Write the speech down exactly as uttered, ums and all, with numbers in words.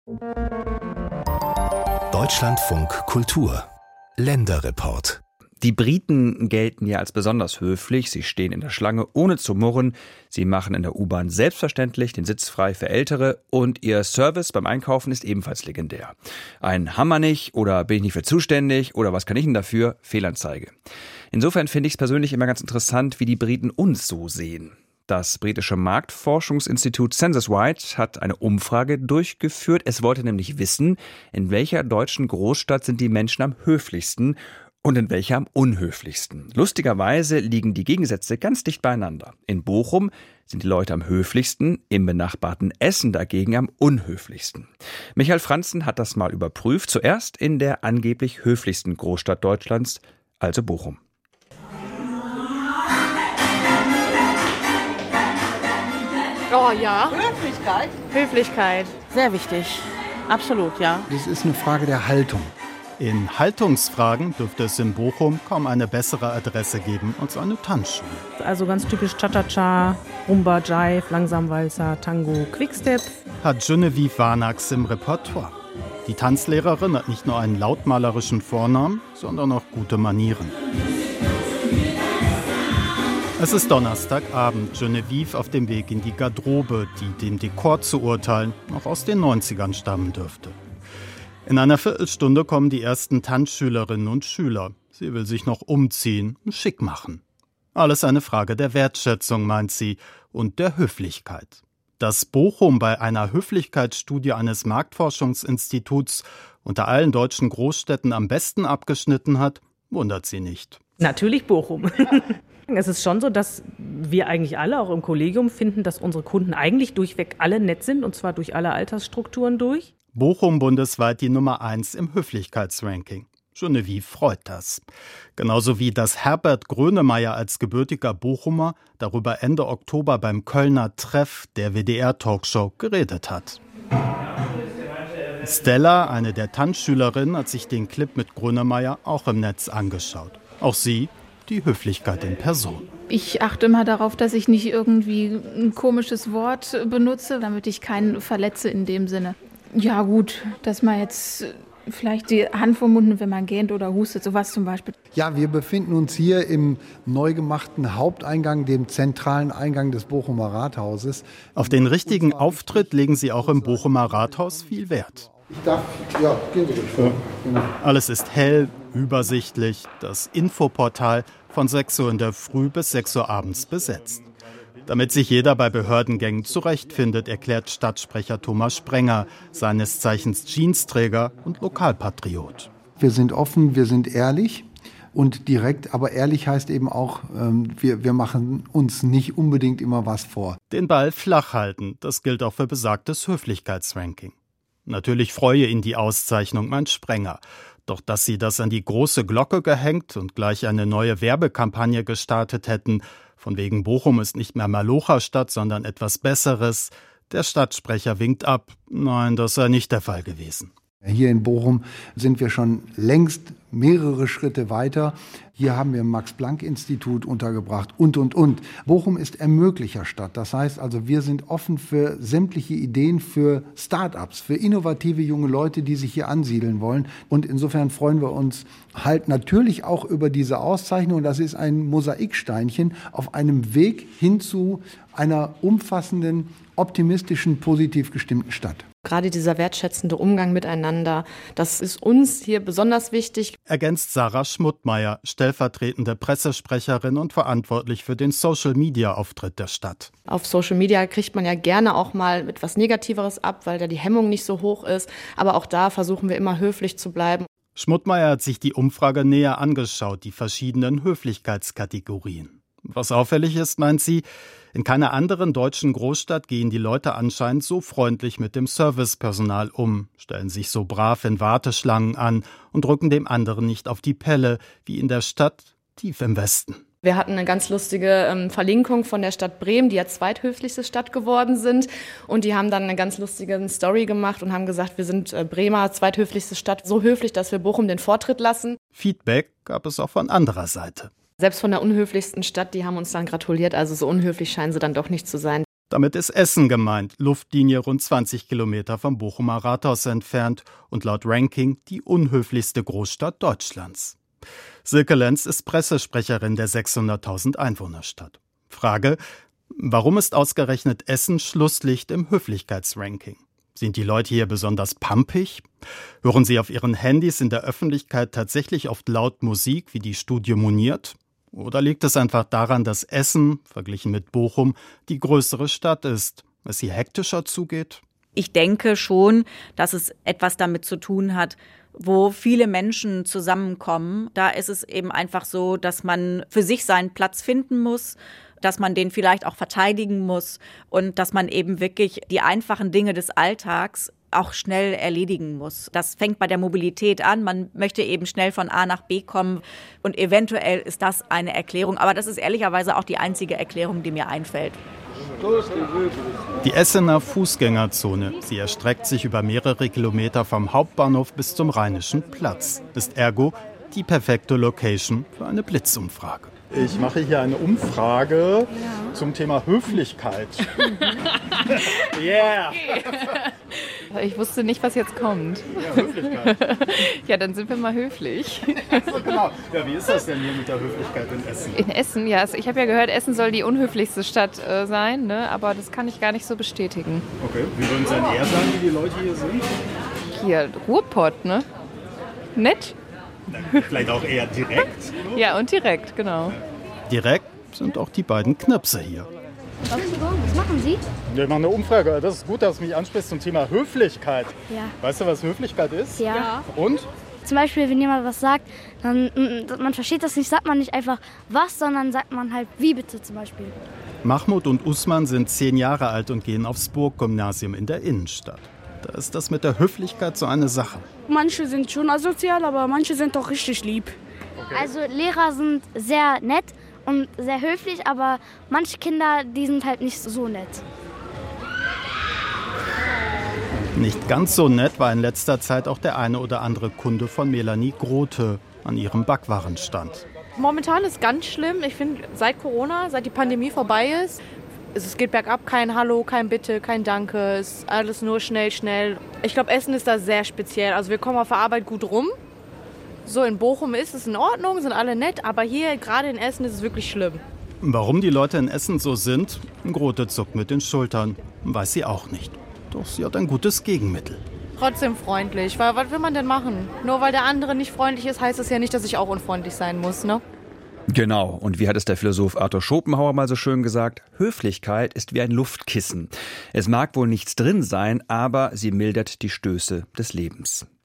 Deutschlandfunk Kultur Länderreport. Die Briten gelten ja als besonders höflich. Sie stehen in der Schlange ohne zu murren. Sie machen in der U-Bahn selbstverständlich den Sitz frei für Ältere. Und ihr Service beim Einkaufen ist ebenfalls legendär. Ein Hammer nicht oder bin ich nicht für zuständig oder was kann ich denn dafür? Fehlanzeige. Insofern finde ich es persönlich immer ganz interessant, wie die Briten uns so sehen. Das britische Marktforschungsinstitut Census-Wide hat eine Umfrage durchgeführt. Es wollte nämlich wissen, in welcher deutschen Großstadt sind die Menschen am höflichsten und in welcher am unhöflichsten. Lustigerweise liegen die Gegensätze ganz dicht beieinander. In Bochum sind die Leute am höflichsten, im benachbarten Essen dagegen am unhöflichsten. Michael Franzen hat das mal überprüft, zuerst in der angeblich höflichsten Großstadt Deutschlands, also Bochum. Oh ja. Höflichkeit? Höflichkeit. Sehr wichtig. Absolut, ja. Das ist eine Frage der Haltung. In Haltungsfragen dürfte es in Bochum kaum eine bessere Adresse geben als eine Tanzschule. Also ganz typisch Cha-Cha-Cha, Rumba, Jive, Langsamwalzer, Tango, Quickstep. Hat Genevieve Warnax im Repertoire. Die Tanzlehrerin hat nicht nur einen lautmalerischen Vornamen, sondern auch gute Manieren. Es ist Donnerstagabend, Genevieve auf dem Weg in die Garderobe, die dem Dekor zu urteilen noch aus den neunzigern stammen dürfte. In einer Viertelstunde kommen die ersten Tanzschülerinnen und Schüler. Sie will sich noch umziehen, schick machen. Alles eine Frage der Wertschätzung, meint sie, und der Höflichkeit. Dass Bochum bei einer Höflichkeitsstudie eines Marktforschungsinstituts unter allen deutschen Großstädten am besten abgeschnitten hat, wundert sie nicht. Natürlich Bochum. Es ist schon so, dass wir eigentlich alle, auch im Kollegium, finden, dass unsere Kunden eigentlich durchweg alle nett sind, und zwar durch alle Altersstrukturen durch. Bochum bundesweit die Nummer eins im Höflichkeitsranking. Genevieve freut das. Genauso wie dass Herbert Grönemeyer als gebürtiger Bochumer darüber Ende Oktober beim Kölner Treff der W D R-Talkshow geredet hat. Stella, eine der Tanzschülerinnen, hat sich den Clip mit Grönemeyer auch im Netz angeschaut. Auch sie die Höflichkeit in Person. Ich achte immer darauf, dass ich nicht irgendwie ein komisches Wort benutze, damit ich keinen verletze in dem Sinne. Ja gut, dass man jetzt vielleicht die Hand vom Mund nimmt, wenn man gähnt oder hustet, sowas zum Beispiel. Ja, wir befinden uns hier im neu gemachten Haupteingang, dem zentralen Eingang des Bochumer Rathauses. Auf den richtigen Auftritt legen sie auch im Bochumer Rathaus viel Wert. Ich darf, ja, gehen Sie ruhig vor. Genau. Alles ist hell, übersichtlich, das Infoportal von sechs Uhr in der Früh bis sechs Uhr abends besetzt. Damit sich jeder bei Behördengängen zurechtfindet, erklärt Stadtsprecher Thomas Sprenger, seines Zeichens Jeansträger und Lokalpatriot. Wir sind offen, wir sind ehrlich und direkt, aber ehrlich heißt eben auch, ähm, wir, wir machen uns nicht unbedingt immer was vor. Den Ball flach halten, das gilt auch für besagtes Höflichkeitsranking. Natürlich freue ihn die Auszeichnung, meint Sprenger. Doch dass sie das an die große Glocke gehängt und gleich eine neue Werbekampagne gestartet hätten, von wegen Bochum ist nicht mehr Malocha-Stadt, sondern etwas Besseres, der Stadtsprecher winkt ab. Nein, das sei nicht der Fall gewesen. Hier in Bochum sind wir schon längst mehrere Schritte weiter. Hier haben wir ein Max-Planck-Institut untergebracht und, und, und. Bochum ist Ermöglicherstadt. Das heißt also, wir sind offen für sämtliche Ideen, für Start-ups, für innovative junge Leute, die sich hier ansiedeln wollen. Und insofern freuen wir uns halt natürlich auch über diese Auszeichnung. Das ist ein Mosaiksteinchen auf einem Weg hin zu einer umfassenden, optimistischen, positiv gestimmten Stadt. Gerade dieser wertschätzende Umgang miteinander, das ist uns hier besonders wichtig. Ergänzt Sarah Schmuttmeier, stellvertretende Pressesprecherin und verantwortlich für den Social-Media-Auftritt der Stadt. Auf Social Media kriegt man ja gerne auch mal etwas Negativeres ab, weil da die Hemmung nicht so hoch ist. Aber auch da versuchen wir immer höflich zu bleiben. Schmuttmeier hat sich die Umfrage näher angeschaut, die verschiedenen Höflichkeitskategorien. Was auffällig ist, meint sie, in keiner anderen deutschen Großstadt gehen die Leute anscheinend so freundlich mit dem Servicepersonal um, stellen sich so brav in Warteschlangen an und drücken dem anderen nicht auf die Pelle, wie in der Stadt tief im Westen. Wir hatten eine ganz lustige ähm, Verlinkung von der Stadt Bremen, die ja zweithöflichste Stadt geworden sind. Und die haben dann eine ganz lustige Story gemacht und haben gesagt, wir sind äh, Bremer zweithöflichste Stadt, so höflich, dass wir Bochum den Vortritt lassen. Feedback gab es auch von anderer Seite. Selbst von der unhöflichsten Stadt, die haben uns dann gratuliert, also so unhöflich scheinen sie dann doch nicht zu sein. Damit ist Essen gemeint, Luftlinie rund zwanzig Kilometer vom Bochumer Rathaus entfernt und laut Ranking die unhöflichste Großstadt Deutschlands. Silke Lenz ist Pressesprecherin der sechshunderttausend Einwohnerstadt. Frage: Warum ist ausgerechnet Essen Schlusslicht im Höflichkeitsranking? Sind die Leute hier besonders pampig? Hören sie auf ihren Handys in der Öffentlichkeit tatsächlich oft laut Musik, wie die Studie moniert? Oder liegt es einfach daran, dass Essen, verglichen mit Bochum, die größere Stadt ist, es hier hektischer zugeht? Ich denke schon, dass es etwas damit zu tun hat, wo viele Menschen zusammenkommen. Da ist es eben einfach so, dass man für sich seinen Platz finden muss, dass man den vielleicht auch verteidigen muss und dass man eben wirklich die einfachen Dinge des Alltags auch schnell erledigen muss. Das fängt bei der Mobilität an. Man möchte eben schnell von A nach B kommen und eventuell ist das eine Erklärung. Aber das ist ehrlicherweise auch die einzige Erklärung, die mir einfällt. Die Essener Fußgängerzone, sie erstreckt sich über mehrere Kilometer vom Hauptbahnhof bis zum Rheinischen Platz, ist ergo die perfekte Location für eine Blitzumfrage. Ich mache hier eine Umfrage ja. zum Thema Höflichkeit. Yeah! Ich wusste nicht, was jetzt kommt. Ja, Höflichkeit. Ja, dann sind wir mal höflich. Also genau. Ja, wie ist das denn hier mit der Höflichkeit in Essen? In Essen, ja. Ich habe ja gehört, Essen soll die unhöflichste Stadt äh, sein, ne? Aber das kann ich gar nicht so bestätigen. Okay, wie würden Sie denn eher sagen, wie die Leute hier sind? Hier, Ruhrpott, ne? Nett? Vielleicht auch eher direkt? Ja, und direkt, genau. Direkt sind auch die beiden Knirpse hier. Was machen Sie? Wir machen eine Umfrage. Das ist gut, dass du mich ansprichst zum Thema Höflichkeit. Ja. Weißt du, was Höflichkeit ist? Ja. ja. Und? Zum Beispiel, wenn jemand was sagt, dann man versteht das nicht, sagt man nicht einfach was, sondern sagt man halt wie bitte zum Beispiel. Mahmoud und Usman sind zehn Jahre alt und gehen aufs Burggymnasium in der Innenstadt. Da ist das mit der Höflichkeit so eine Sache. Manche sind schon asozial, aber manche sind doch richtig lieb. Okay. Also Lehrer sind sehr nett und sehr höflich, aber manche Kinder, die sind halt nicht so nett. Nicht ganz so nett war in letzter Zeit auch der eine oder andere Kunde von Melanie Grote an ihrem Backwarenstand. Momentan ist ganz schlimm. Ich finde, seit Corona, seit die Pandemie vorbei ist, es geht bergab, kein Hallo, kein Bitte, kein Danke, es ist alles nur schnell, schnell. Ich glaube, Essen ist da sehr speziell. Also wir kommen auf der Arbeit gut rum. So in Bochum ist es in Ordnung, sind alle nett, aber hier gerade in Essen ist es wirklich schlimm. Warum die Leute in Essen so sind? Grote zuckt mit den Schultern, weiß sie auch nicht. Doch sie hat ein gutes Gegenmittel. Trotzdem freundlich, weil was will man denn machen? Nur weil der andere nicht freundlich ist, heißt es ja nicht, dass ich auch unfreundlich sein muss, ne? Genau, und wie hat es der Philosoph Arthur Schopenhauer mal so schön gesagt, Höflichkeit ist wie ein Luftkissen. Es mag wohl nichts drin sein, aber sie mildert die Stöße des Lebens.